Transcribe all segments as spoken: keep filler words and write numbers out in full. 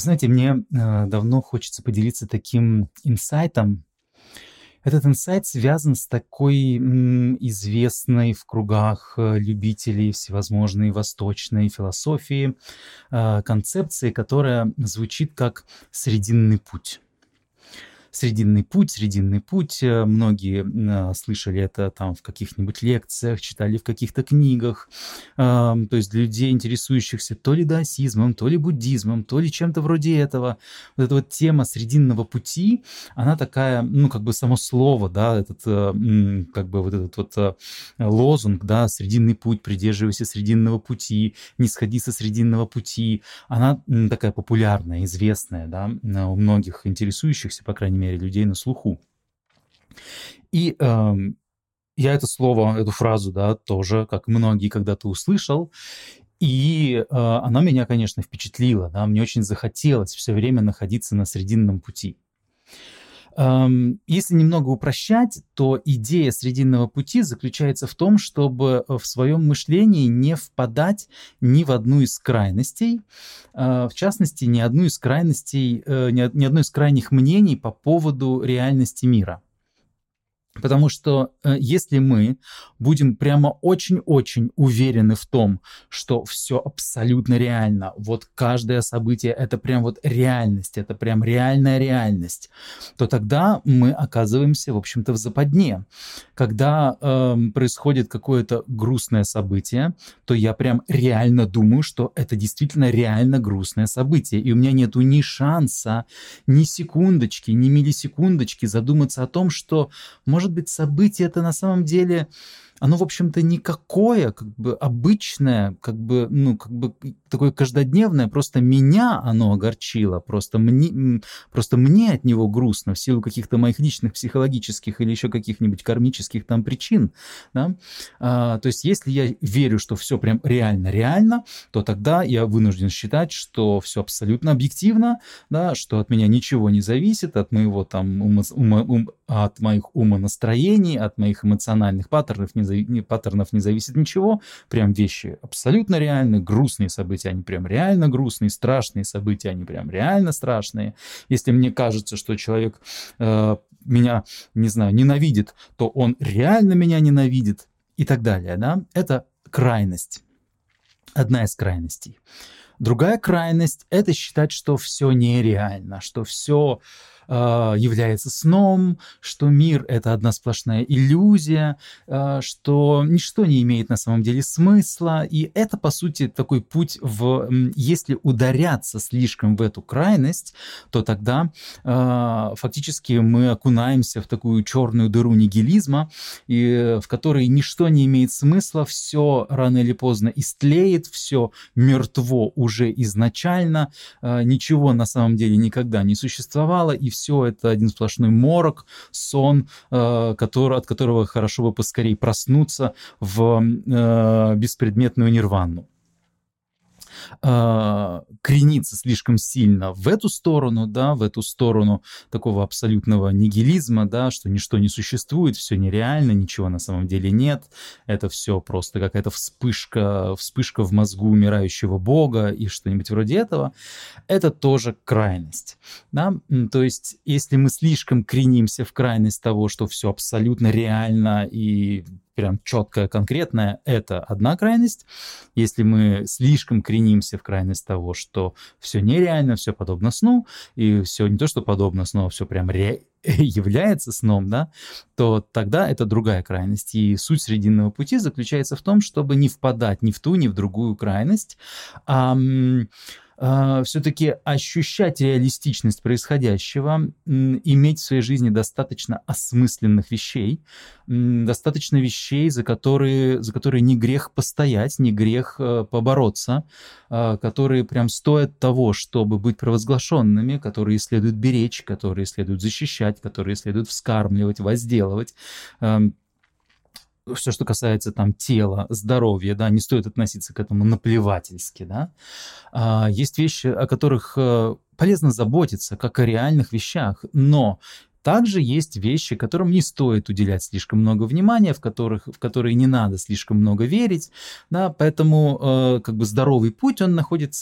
Знаете, мне э, давно хочется поделиться таким инсайтом. Этот инсайт связан с такой м, известной в кругах э, любителей всевозможной восточной философии э, концепции, которая звучит как «срединный путь». Срединный путь, срединный путь. Э, Многие э, слышали это там в каких-нибудь лекциях, читали в каких-то книгах. Ам, То есть для людей, интересующихся то ли даосизмом, то ли буддизмом, то ли чем-то вроде этого. Вот эта вот тема срединного пути, она такая, ну, как бы само слово, да, этот, э, м, как бы вот этот вот э, лозунг, да, срединный путь, придерживайся срединного пути, не сходи со срединного пути, она м, такая популярная, известная, да, э, у многих интересующихся, по крайней мере, людей на слуху. И эм, я это слово, эту фразу, да, тоже, как многие, когда-то услышал, и э, она меня, конечно, впечатлила, да, мне очень захотелось все время находиться на срединном пути. Эм, Если немного упрощать, то идея срединного пути заключается в том, чтобы э, в своем мышлении не впадать ни в одну из крайностей, э, в частности, ни одну из крайностей, э, ни од- ни одно из крайних мнений по поводу реальности мира. Потому что э, если мы будем прямо очень-очень уверены в том, что все абсолютно реально, вот каждое событие это прям вот реальность, это прям реальная реальность, то тогда мы оказываемся, в общем-то, в западне. Когда эм, происходит какое-то грустное событие, то я прям реально думаю, что это действительно реально грустное событие, и у меня нету ни шанса, ни секундочки, ни миллисекундочки задуматься о том, что может быть, событие это на самом деле, оно, в общем-то, никакое, как бы обычное, как бы, ну, как бы такое каждодневное, просто меня оно огорчило, просто мне, м, просто мне от него грустно в силу каких-то моих личных психологических или еще каких-нибудь кармических там причин, да. А, то есть, если я верю, что все прям реально-реально, то тогда я вынужден считать, что все абсолютно объективно, да, что от меня ничего не зависит, от моего там ума, ума- ум- от моих умонастроений, от моих эмоциональных паттернов не, зави- не- паттернов не зависит ничего. Прям вещи абсолютно реальные, грустные события, они прям реально грустные, страшные события, они прям реально страшные. Если мне кажется, что человек э, меня, не знаю, ненавидит, то он реально меня ненавидит и так далее, да. Это крайность, одна из крайностей. Другая крайность – это считать, что все нереально, что все э, является сном, что мир – это одна сплошная иллюзия, э, что ничто не имеет на самом деле смысла. И это, по сути, такой путь в… м, Если ударяться слишком в эту крайность, то тогда э, фактически мы окунаемся в такую черную дыру нигилизма, и, в которой ничто не имеет смысла, все рано или поздно истлеет, все мертво уже изначально, э, ничего на самом деле никогда не существовало, и все это один сплошной морок, сон, э, который, от которого хорошо бы поскорее проснуться в э, беспредметную нирвану. Э, крениться слишком сильно в эту сторону, да, в эту сторону такого абсолютного нигилизма, да, что ничто не существует, все нереально, ничего на самом деле нет, это все просто какая-то вспышка, вспышка в мозгу умирающего бога и что-нибудь вроде этого, это тоже крайность, да, то есть если мы слишком кренимся в крайность того, что все абсолютно реально и прям четкое, конкретное, это одна крайность. Если мы слишком кренимся в крайность того, что все нереально, все подобно сну, и все не то, что подобно сну, а все прям ре- является сном, да, то тогда это другая крайность. И суть срединного пути заключается в том, чтобы не впадать ни в ту, ни в другую крайность, а все-таки ощущать реалистичность происходящего, иметь в своей жизни достаточно осмысленных вещей, достаточно вещей, за которые, за которые не грех постоять, не грех э, побороться, э, которые прям стоят того, чтобы быть провозглашенными, которые следует беречь, которые следует защищать, которые следует вскармливать, возделывать. Эм, все, что касается там тела, здоровья, да, не стоит относиться к этому наплевательски, да. А, есть вещи, о которых э, полезно заботиться, как о реальных вещах, но также есть вещи, которым не стоит уделять слишком много внимания, в, которых, в которые не надо слишком много верить, да, поэтому э, как бы здоровый путь, он находится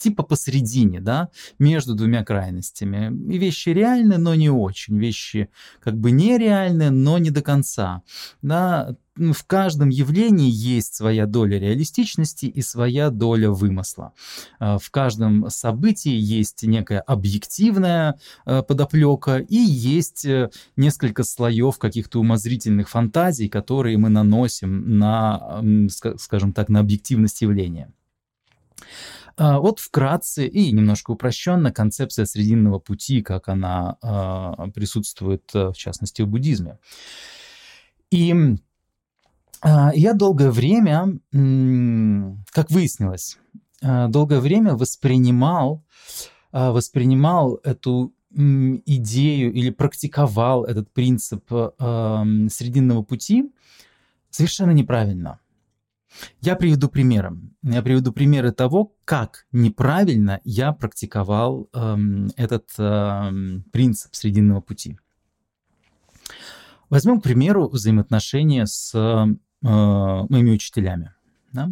типа посередине, да, между двумя крайностями. И вещи реальны, но не очень. Вещи как бы нереальны, но не до конца. Да. В каждом явлении есть своя доля реалистичности и своя доля вымысла. В каждом событии есть некая объективная подоплека и есть несколько слоев каких-то умозрительных фантазий, которые мы наносим на, скажем так, на объективность явления. Вот вкратце и немножко упрощенно концепция срединного пути, как она присутствует, в частности, в буддизме. И я долгое время, как выяснилось, долгое время воспринимал, воспринимал эту идею или практиковал этот принцип срединного пути совершенно неправильно. Я приведу примеры. Я приведу примеры того, как неправильно я практиковал этот принцип срединного пути. Возьмем, к примеру, взаимоотношения с э, моими учителями. Да?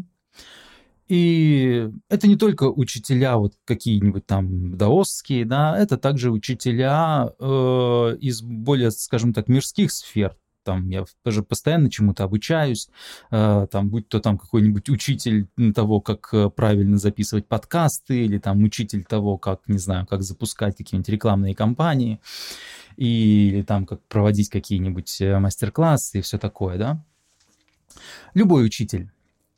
И это не только учителя вот какие-нибудь там даосские, да, это также учителя э, из более, скажем так, мирских сфер. Там я тоже постоянно чему-то обучаюсь, э, там, будь то там какой-нибудь учитель того, как правильно записывать подкасты, или там учитель того, как, не знаю, как запускать какие-нибудь рекламные кампании, или там как проводить какие-нибудь мастер-классы и все такое, да. Любой учитель.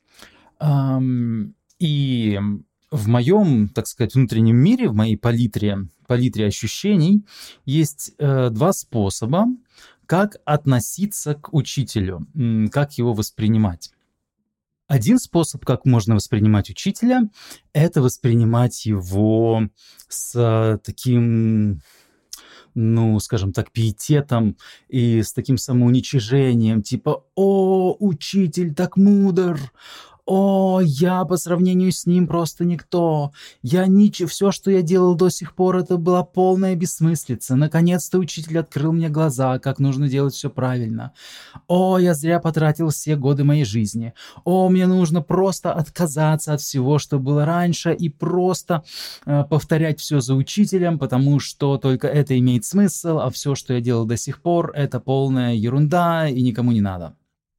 И в моем, так сказать, внутреннем мире, в моей палитре, палитре ощущений есть два способа, как относиться к учителю, как его воспринимать. Один способ, как можно воспринимать учителя, это воспринимать его с таким, ну, скажем так, пиететом и с таким самоуничижением, типа «О, учитель так мудр! О, я по сравнению с ним просто никто. Я ничего, все, что я делал до сих пор, это была полная бессмыслица. Наконец-то учитель открыл мне глаза, как нужно делать все правильно. О, я зря потратил все годы моей жизни. О, мне нужно просто отказаться от всего, что было раньше, и просто э, повторять все за учителем, потому что только это имеет смысл, а все, что я делал до сих пор, это полная ерунда и никому не надо».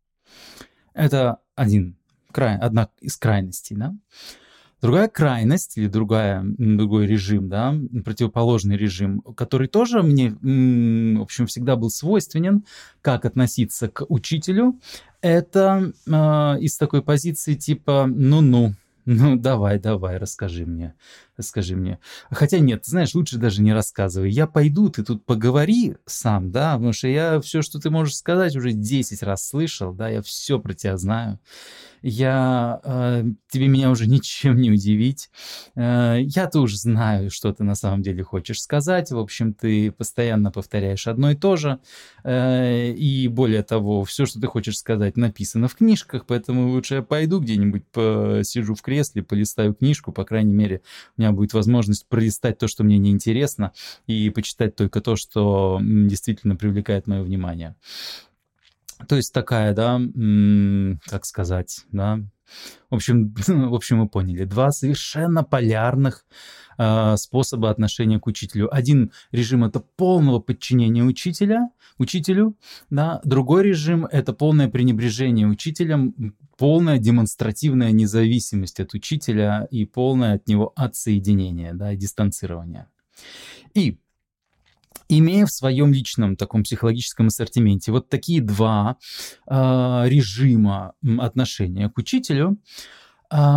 Это один Край, одна из крайностей, да. Другая крайность или другая, другой режим, да, противоположный режим, который тоже мне, в общем, всегда был свойственен, как относиться к учителю, это э, из такой позиции типа «ну-ну». Ну, давай, давай, расскажи мне, расскажи мне. Хотя нет, знаешь, лучше даже не рассказывай. Я пойду, ты тут поговори сам, да, потому что я все, что ты можешь сказать, уже десять раз слышал, да, я все про тебя знаю. Я, э, тебе меня уже ничем не удивить. Э, я-то уже знаю, что ты на самом деле хочешь сказать. В общем, ты постоянно повторяешь одно и то же. Э, и более того, все, что ты хочешь сказать, написано в книжках, поэтому лучше я пойду где-нибудь, посижу в кресле, полистаю книжку, по крайней мере, у меня будет возможность пролистать то, что мне неинтересно, и почитать только то, что действительно привлекает мое внимание. То есть такая, да, как сказать, да, в общем, в общем, вы поняли, два совершенно полярных э, способа отношения к учителю. Один режим — это полного подчинения учителя, учителю, да, другой режим — это полное пренебрежение учителем, полная демонстративная независимость от учителя и полное от него отсоединение, да, и дистанцирование. И имея в своем личном таком психологическом ассортименте вот такие два э, режима отношения к учителю, э,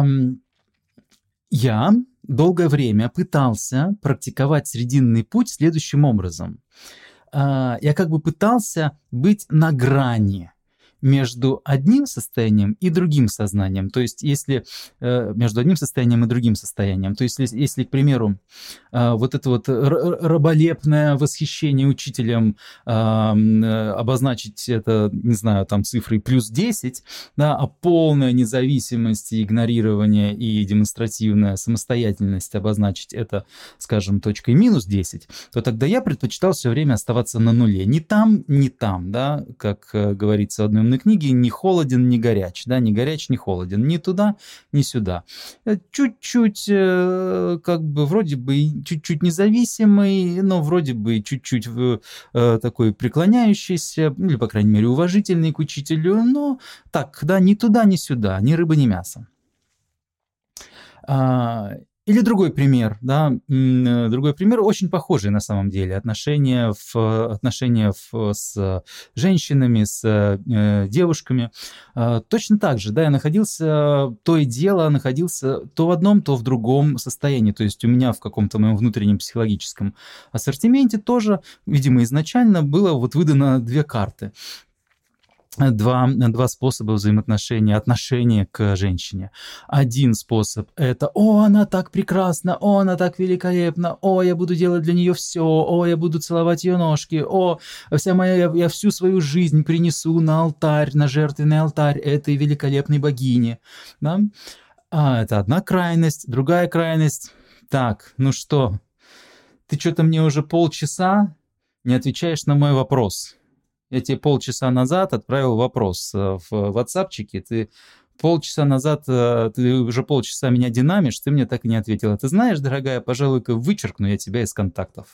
я долгое время пытался практиковать срединный путь следующим образом. Э, я как бы пытался быть на грани между одним состоянием и другим сознанием. То есть, если э, между одним состоянием и другим состоянием. То есть, если, если к примеру, э, вот это вот раболепное восхищение учителем э, обозначить это, не знаю, там цифрой плюс десять, да, а полная независимость, и игнорирование и демонстративная самостоятельность обозначить это, скажем, точкой минус десять, то тогда я предпочитал все время оставаться на нуле. Ни там, ни там, да, как э, говорится в одной умной книги, не холоден, не горяч, да, не горяч, не холоден, ни туда, ни сюда. Э, Чуть-чуть, э, как бы, вроде бы и чуть-чуть независимый, но вроде бы и чуть-чуть э, э, такой преклоняющийся, или, по крайней мере, уважительный к учителю, но так, да, ни туда, ни сюда, ни рыба, ни мясо. А, Или другой пример, да, м, э, другой пример, очень похожий на самом деле. Отношения, в, отношения в, с женщинами, с э, девушками. А, точно так же, да, я находился, то и дело, находился то в одном, то в другом состоянии. То есть у меня в каком-то моем внутреннем психологическом ассортименте тоже, видимо, изначально было вот выдано две карты. Два, два способа взаимоотношения, отношения к женщине. Один способ – это «О, она так прекрасна! О, она так великолепна! О, я буду делать для нее все! О, я буду целовать ее ножки! О, вся моя, я, я всю свою жизнь принесу на алтарь, на жертвенный алтарь этой великолепной богини!» Да? А, это одна крайность. Другая крайность – так, ну что, ты что-то мне уже полчаса не отвечаешь на мой вопрос. Я тебе полчаса назад отправил вопрос в ватсапчике, ты полчаса назад, ты уже полчаса меня динамишь, ты мне так и не ответила. Ты знаешь, дорогая, пожалуй-ка вычеркну я тебя из контактов.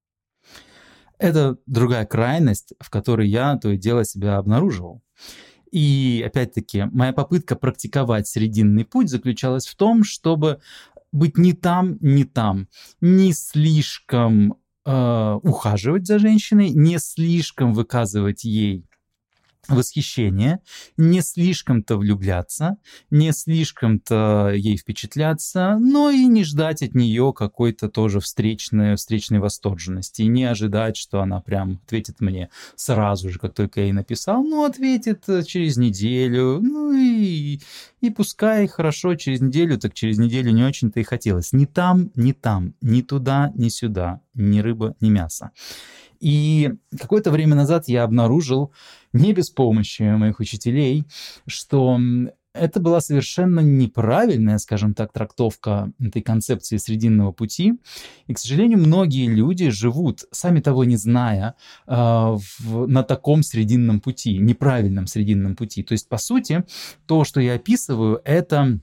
Это другая крайность, в которой я то и дело себя обнаруживал. И опять-таки, моя попытка практиковать срединный путь заключалась в том, чтобы быть ни там, ни там, не слишком ухаживать за женщиной, не слишком выказывать ей восхищение, не слишком-то влюбляться, не слишком-то ей впечатляться, но и не ждать от нее какой-то тоже встречной, встречной восторженности, и не ожидать, что она прям ответит мне сразу же, как только я ей написал, ну, ответит через неделю, ну и, и пускай хорошо через неделю, так через неделю не очень-то и хотелось. Ни там, ни там, ни туда, ни сюда, ни рыба, ни мясо. И какое-то время назад я обнаружил, не без помощи моих учителей, что это была совершенно неправильная, скажем так, трактовка этой концепции срединного пути. И, к сожалению, многие люди живут, сами того не зная, в, на таком срединном пути, неправильном срединном пути. То есть, по сути, то, что я описываю, это...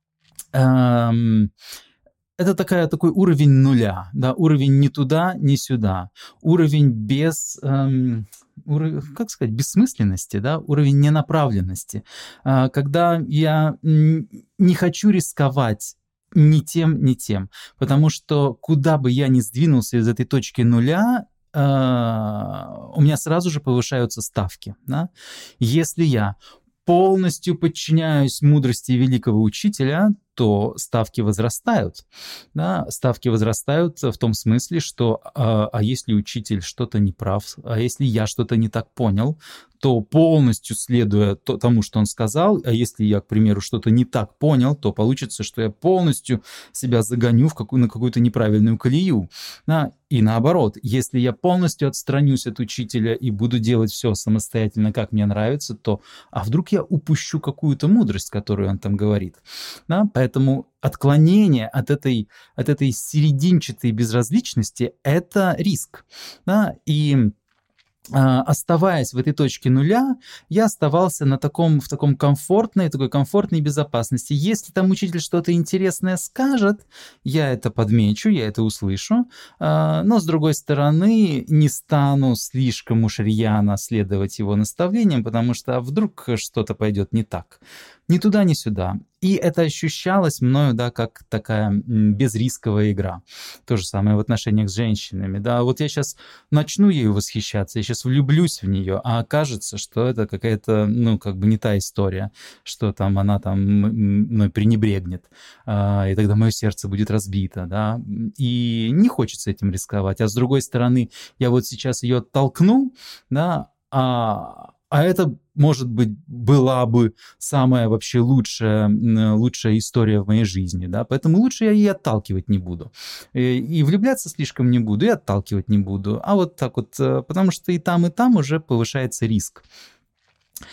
Эм, Это такая, такой уровень нуля, да, уровень ни туда, ни сюда, уровень без, эм, уровень, как сказать, бессмысленности, да, уровень ненаправленности, а, когда я не хочу рисковать ни тем, ни тем, потому что куда бы я ни сдвинулся из этой точки нуля, а, у меня сразу же повышаются ставки, да. Если я полностью подчиняюсь мудрости великого учителя, то ставки возрастают. Да? Ставки возрастают в том смысле, что а, а если учитель что-то не прав, а если я что-то не так понял, то полностью следуя тому, что он сказал, а если я, к примеру, что-то не так понял, то получится, что я полностью себя загоню в какую, на какую-то неправильную колею. Да? И наоборот, если я полностью отстранюсь от учителя и буду делать все самостоятельно, как мне нравится, то а вдруг я упущу какую-то мудрость, которую он там говорит. Да? Поэтому отклонение от этой, от этой серединчатой безразличности – это риск. Да? И оставаясь в этой точке нуля, я оставался на таком, в таком комфортной, такой комфортной безопасности. Если там учитель что-то интересное скажет, я это подмечу, я это услышу, но, с другой стороны, не стану слишком уж рьяно следовать его наставлениям, потому что вдруг что-то пойдет не так. Ни туда, ни сюда. И это ощущалось мною, да, как такая безрисковая игра. То же самое в отношениях с женщинами. Да, вот я сейчас начну ею восхищаться, я сейчас влюблюсь в нее, а окажется, что это какая-то, ну, как бы не та история, что там она там мной пренебрегнет, и тогда мое сердце будет разбито, да, и не хочется этим рисковать. А с другой стороны, я вот сейчас ее оттолкну, да, а... А это, может быть, была бы самая вообще лучшая, лучшая история в моей жизни, да, поэтому лучше я и отталкивать не буду. И влюбляться слишком не буду, и отталкивать не буду. А вот так вот, потому что и там, и там уже повышается риск.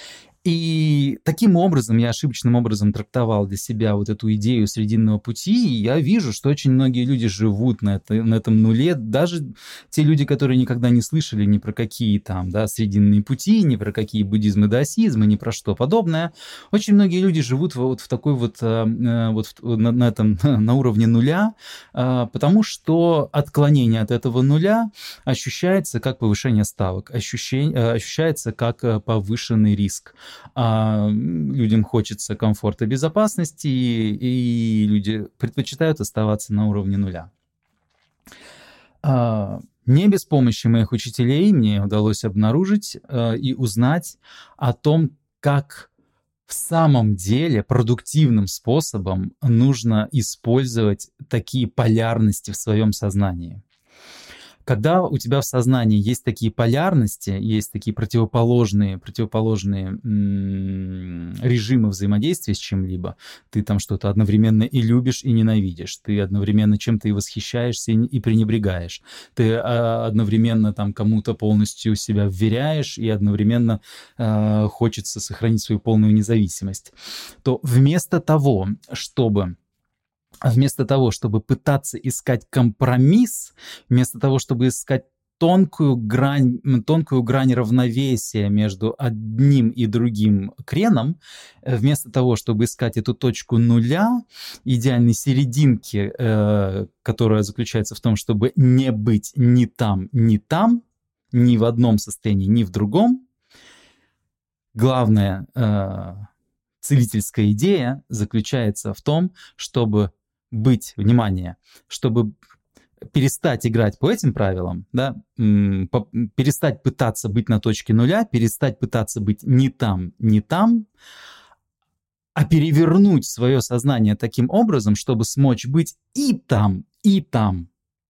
И таким образом, я ошибочным образом трактовал для себя вот эту идею срединного пути, и я вижу, что очень многие люди живут на, это, на этом нуле, даже те люди, которые никогда не слышали ни про какие там, да, срединные пути, ни про какие буддизмы, даосизмы, ни про что подобное. Очень многие люди живут вот в такой вот, вот на, на этом, на уровне нуля, потому что отклонение от этого нуля ощущается как повышение ставок, ощущение, ощущается как повышенный риск. А людям хочется комфорта, безопасности, и люди предпочитают оставаться на уровне нуля. Не без помощи моих учителей мне удалось обнаружить и узнать о том, как в самом деле продуктивным способом нужно использовать такие полярности в своем сознании. Когда у тебя в сознании есть такие полярности, есть такие противоположные, противоположные м- режимы взаимодействия с чем-либо, ты там что-то одновременно и любишь, и ненавидишь, ты одновременно чем-то и восхищаешься, и, и пренебрегаешь, ты а, одновременно там кому-то полностью себя вверяешь, и одновременно а, хочется сохранить свою полную независимость, то вместо того, чтобы Вместо того, чтобы пытаться искать компромисс, вместо того, чтобы искать тонкую грань, тонкую грань равновесия между одним и другим креном, вместо того, чтобы искать эту точку нуля, идеальной серединки, э, которая заключается в том, чтобы не быть ни там, ни там, ни в одном состоянии, ни в другом, главная э, целительская идея заключается в том, чтобы быть, внимание, чтобы перестать играть по этим правилам, да, по, перестать пытаться быть на точке нуля, перестать пытаться быть ни там, ни там, а перевернуть свое сознание таким образом, чтобы смочь быть и там, и там.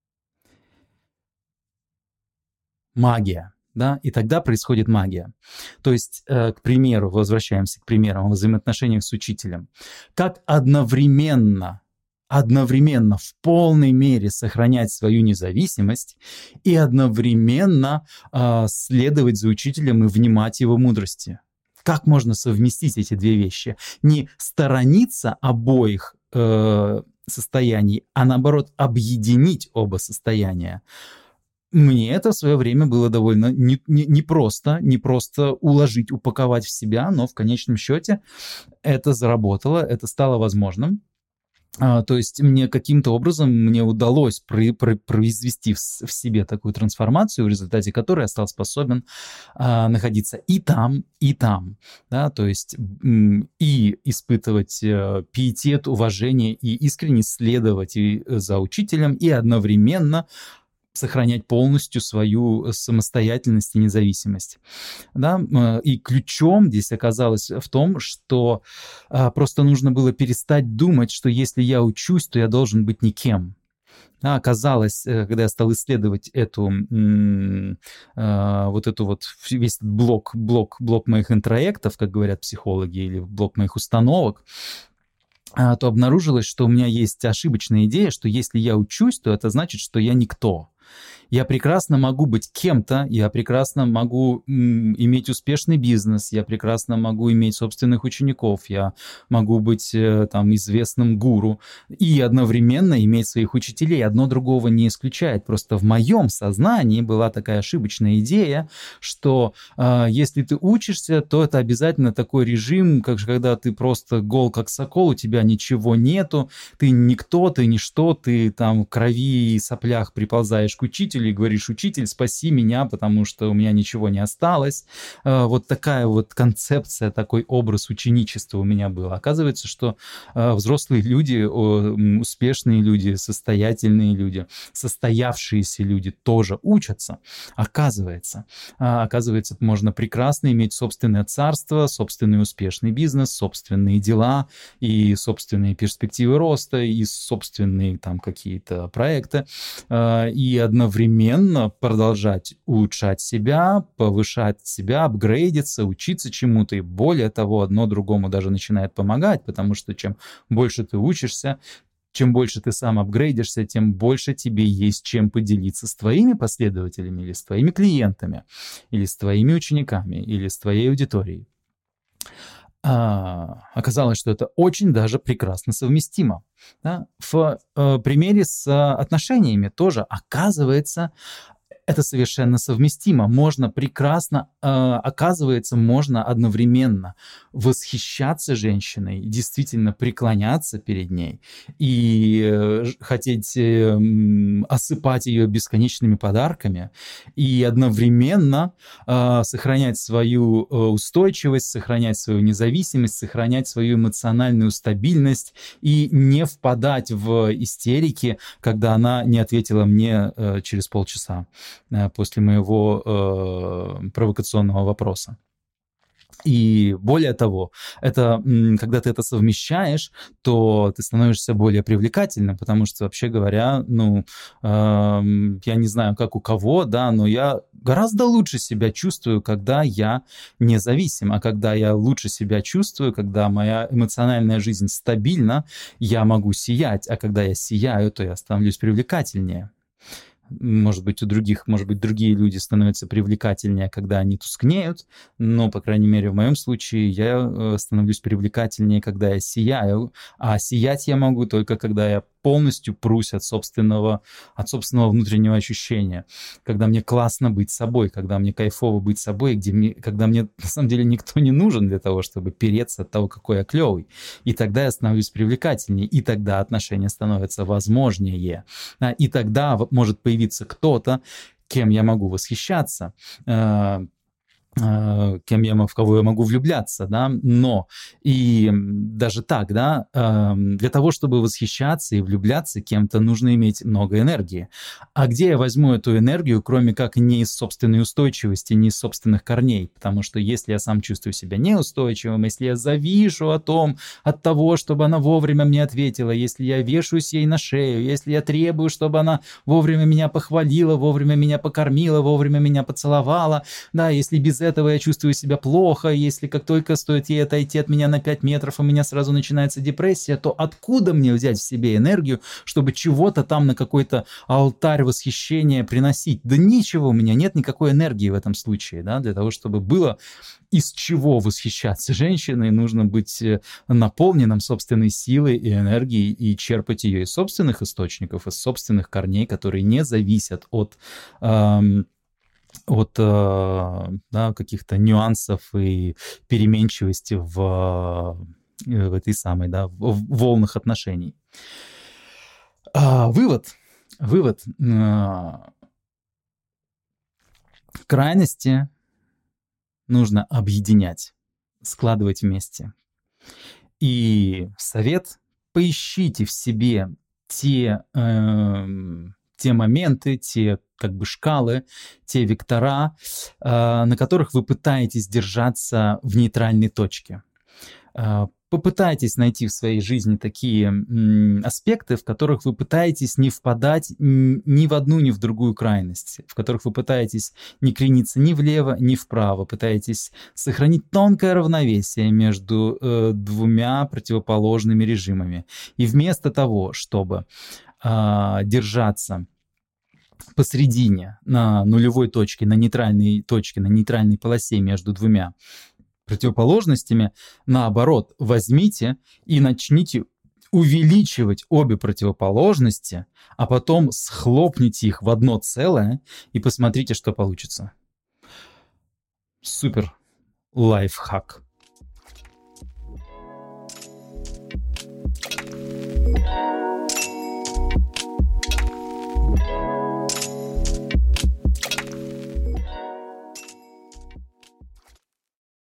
Магия. Да, и тогда происходит магия. То есть, э, к примеру, возвращаемся к примерам о взаимоотношениях с учителем. Как одновременно, одновременно в полной мере сохранять свою независимость и одновременно э, следовать за учителем и внимать его мудрости. Как можно совместить эти две вещи? Не сторониться обоих э, состояний, а наоборот объединить оба состояния. Мне это в свое время было довольно не, не, не просто, не просто уложить, упаковать в себя, но в конечном счете это заработало, это стало возможным. А, то есть мне каким-то образом мне удалось про, про, произвести в, в себе такую трансформацию, в результате которой я стал способен а, находиться и там, и там. Да? То есть м, и испытывать а, пиетет, уважение, и искренне следовать и за учителем, и одновременно сохранять полностью свою самостоятельность и независимость. Да? И ключом здесь оказалось в том, что а, просто нужно было перестать думать, что если я учусь, то я должен быть никем. Да, оказалось, когда я стал исследовать эту, м- а, вот эту вот, весь этот блок, блок, блок моих интроектов, как говорят психологи, или блок моих установок, а, то обнаружилось, что у меня есть ошибочная идея, что если я учусь, то это значит, что я никто. Я прекрасно могу быть кем-то, я прекрасно могу м, иметь успешный бизнес, я прекрасно могу иметь собственных учеников, я могу быть э, там известным гуру и одновременно иметь своих учителей. Одно другого не исключает. Просто в моем сознании была такая ошибочная идея, что э, если ты учишься, то это обязательно такой режим, как же когда ты просто гол как сокол, у тебя ничего нету, ты никто, ты ничто, ты там в крови и соплях приползаешь к учителю и говоришь: учитель, спаси меня, потому что у меня ничего не осталось. Вот такая вот концепция, такой образ ученичества у меня был. Оказывается, что взрослые люди, успешные люди, состоятельные люди, состоявшиеся люди тоже учатся. Оказывается, оказывается, можно прекрасно иметь собственное царство, собственный успешный бизнес, собственные дела и собственные перспективы роста, и собственные там какие-то проекты, и одновременно продолжать улучшать себя, повышать себя, апгрейдиться, учиться чему-то. И более того, одно другому даже начинает помогать, потому что чем больше ты учишься, чем больше ты сам апгрейдишься, тем больше тебе есть чем поделиться с твоими последователями или с твоими клиентами, или с твоими учениками, или с твоей аудиторией. А, оказалось, что это очень даже прекрасно совместимо. Да? В э, примере с э, отношениями тоже оказывается, это совершенно совместимо. Можно прекрасно, э, оказывается, можно одновременно восхищаться женщиной, действительно преклоняться перед ней и э, ж- хотеть э, м, осыпать ее бесконечными подарками, и одновременно э, сохранять свою э, устойчивость, сохранять свою независимость, сохранять свою эмоциональную стабильность и не впадать в истерики, когда она не ответила мне э, через полчаса э, после моего э, провокационного вопроса. И более того, это, м, когда ты это совмещаешь, то ты становишься более привлекательным, потому что, вообще говоря, ну, эм, я не знаю, как у кого, да, но я гораздо лучше себя чувствую, когда я независим. А когда я лучше себя чувствую, когда моя эмоциональная жизнь стабильна, я могу сиять. А когда я сияю, то я становлюсь привлекательнее. Может быть, у других, может быть, другие люди становятся привлекательнее, когда они тускнеют, но, по крайней мере, в моем случае я э, становлюсь привлекательнее, когда я сияю, а сиять я могу только когда я полностью прусь от собственного, от собственного внутреннего ощущения, когда мне классно быть собой, когда мне кайфово быть собой, где мне, когда мне на самом деле никто не нужен для того, чтобы переться от того, какой я клевый. И тогда я становлюсь привлекательнее, и тогда отношения становятся возможнее. А, И тогда вот может появиться кто-то, кем я могу восхищаться, э, э, кем я, мо- в кого я могу влюбляться, да, но и м, даже так, да, эм, для того, чтобы восхищаться и влюбляться кем-то, нужно иметь много энергии. А где я возьму эту энергию, кроме как не из собственной устойчивости, не из собственных корней? Потому что если я сам чувствую себя неустойчивым, если я завишу о том, от того, чтобы она вовремя мне ответила, если я вешаюсь ей на шею, если я требую, чтобы она вовремя меня похвалила, вовремя меня покормила, вовремя меня поцеловала, да, если без этого я чувствую себя плохо, если как только стоит ей отойти от меня на пять метров, у меня сразу начинается депрессия, то откуда мне взять в себе энергию, чтобы чего-то там на какой-то алтарь восхищения приносить? Да ничего, у меня нет никакой энергии в этом случае, да, для того, чтобы было из чего восхищаться женщиной, нужно быть э, наполненным собственной силой и энергией и черпать ее из собственных источников, из собственных корней, которые не зависят от эм, от э, да, каких-то нюансов и переменчивости в, э, в этой самой, да, в в волнах отношений. А, вывод, вывод. а, Крайности нужно объединять, складывать вместе. И совет: поищите в себе те, эм, те моменты, те как бы шкалы, те вектора, а, на которых вы пытаетесь держаться в нейтральной точке. А, Попытайтесь найти в своей жизни такие м, аспекты, в которых вы пытаетесь не впадать н- ни в одну, ни в другую крайность, в которых вы пытаетесь не крениться ни влево, ни вправо, пытаетесь сохранить тонкое равновесие между э, двумя противоположными режимами. И вместо того, чтобы а, держаться посредине, на нулевой точке, на нейтральной точке, на нейтральной полосе между двумя противоположностями, наоборот, возьмите и начните увеличивать обе противоположности, а потом схлопните их в одно целое и посмотрите, что получится. Супер лайфхак.